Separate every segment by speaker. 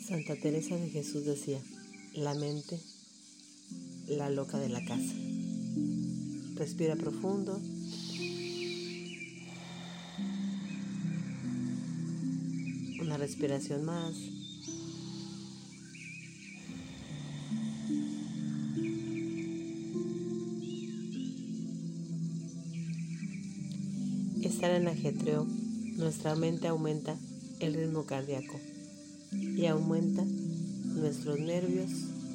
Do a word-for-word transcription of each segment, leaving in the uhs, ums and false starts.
Speaker 1: Santa Teresa de Jesús decía: la mente, la loca de la casa. Respira profundo. Una respiración más. Estar en ajetreo, nuestra mente aumenta el ritmo cardíaco y aumenta nuestros nervios.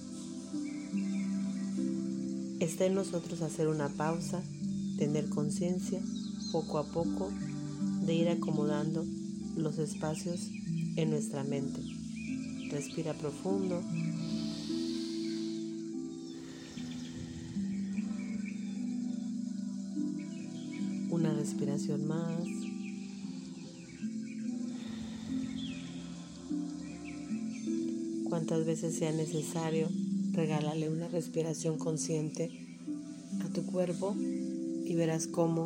Speaker 1: Está en nosotros hacer una pausa, tener conciencia poco a poco de ir acomodando los espacios en nuestra mente. Respira profundo. Una respiración más. Cuantas veces sea necesario, regálale una respiración consciente a tu cuerpo y verás cómo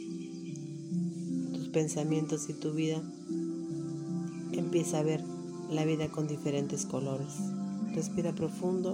Speaker 1: tus pensamientos y tu vida empieza a ver la vida con diferentes colores. Respira profundo.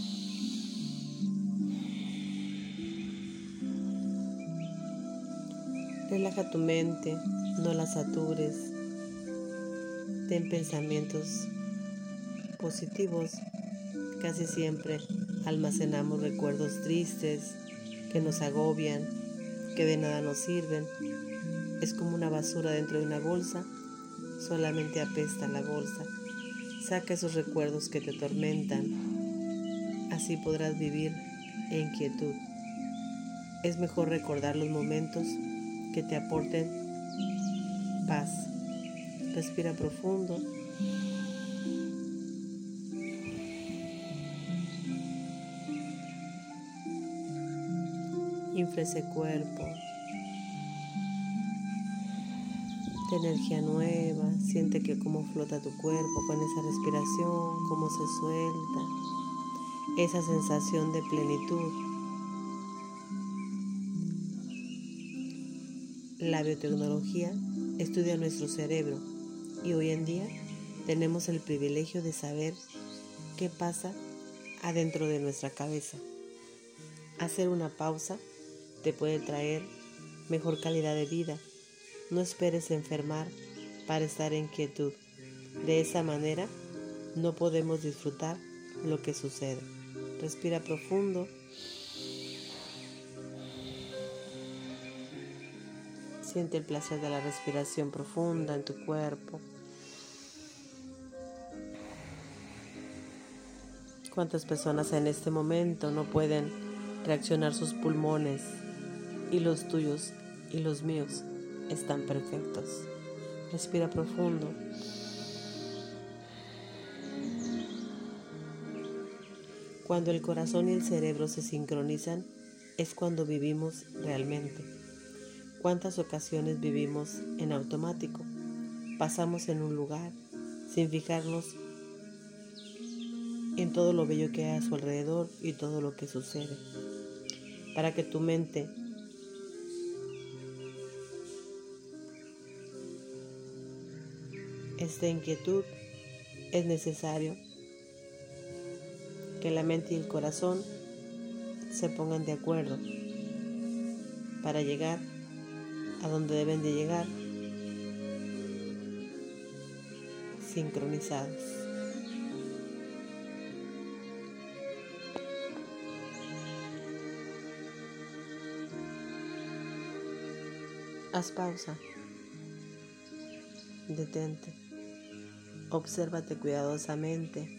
Speaker 1: Relaja tu mente, no la satures. Ten pensamientos positivos. Casi siempre almacenamos recuerdos tristes que nos agobian, que de nada nos sirven. Es como una basura dentro de una bolsa, solamente apesta la bolsa. Saca esos recuerdos que te atormentan, así podrás vivir en quietud. Es mejor recordar los momentos que te aporten paz. Respira profundo. Infla ese cuerpo de energía nueva. Siente que cómo flota tu cuerpo con esa respiración, cómo se suelta, esa sensación de plenitud. La biotecnología estudia nuestro cerebro y hoy en día tenemos el privilegio de saber qué pasa adentro de nuestra cabeza. Hacer una pausa te puede traer mejor calidad de vida. No esperes enfermar para estar en quietud. De esa manera no podemos disfrutar lo que sucede. Respira profundo. Siente el placer de la respiración profunda en tu cuerpo. ¿Cuántas personas en este momento no pueden reaccionar sus pulmones? Y los tuyos y los míos están perfectos. Respira profundo. Cuando el corazón y el cerebro se sincronizan, es cuando vivimos realmente. ¿Cuántas ocasiones vivimos en automático? Pasamos en un lugar sin fijarnos en todo lo bello que hay a su alrededor y todo lo que sucede. Para que tu mente esté en quietud, es necesario que la mente y el corazón se pongan de acuerdo para llegar a donde deben de llegar, sincronizados. Haz pausa. Detente. Obsérvate cuidadosamente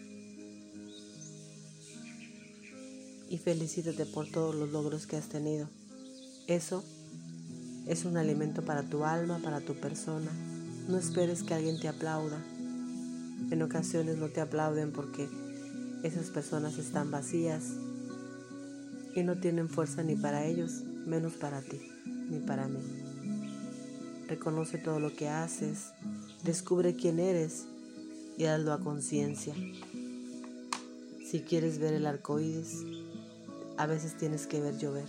Speaker 1: y felicítate por todos los logros que has tenido. Eso es un alimento para tu alma, para tu persona. No esperes que alguien te aplauda. En ocasiones no te aplauden porque esas personas están vacías y no tienen fuerza ni para ellos, menos para ti, ni para mí. Reconoce todo lo que haces, descubre quién eres y hazlo a conciencia. Si quieres ver el arco iris, a veces tienes que ver llover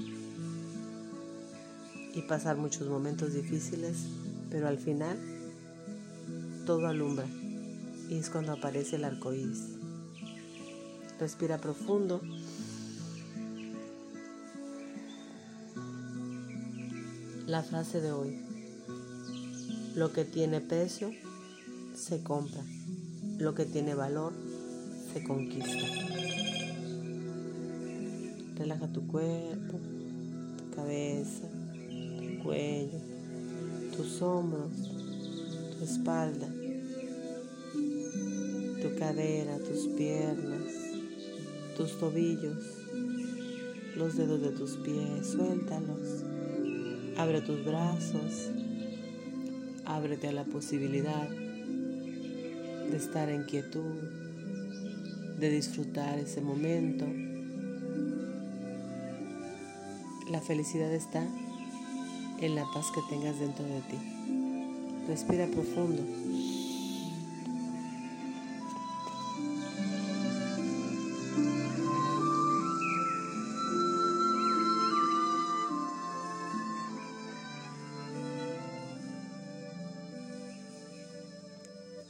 Speaker 1: y pasar muchos momentos difíciles, pero al final todo alumbra y es cuando aparece el arco iris. Respira profundo. La frase de hoy: lo que tiene precio se compra, lo que tiene valor se conquista. Relaja tu cuerpo, tu cabeza, tu cuello, tus hombros, tu espalda, tu cadera, tus piernas, tus tobillos, los dedos de tus pies, suéltalos. Abre tus brazos, ábrete a la posibilidad de estar en quietud, de disfrutar ese momento. La felicidad está en la paz que tengas dentro de ti. Respira profundo.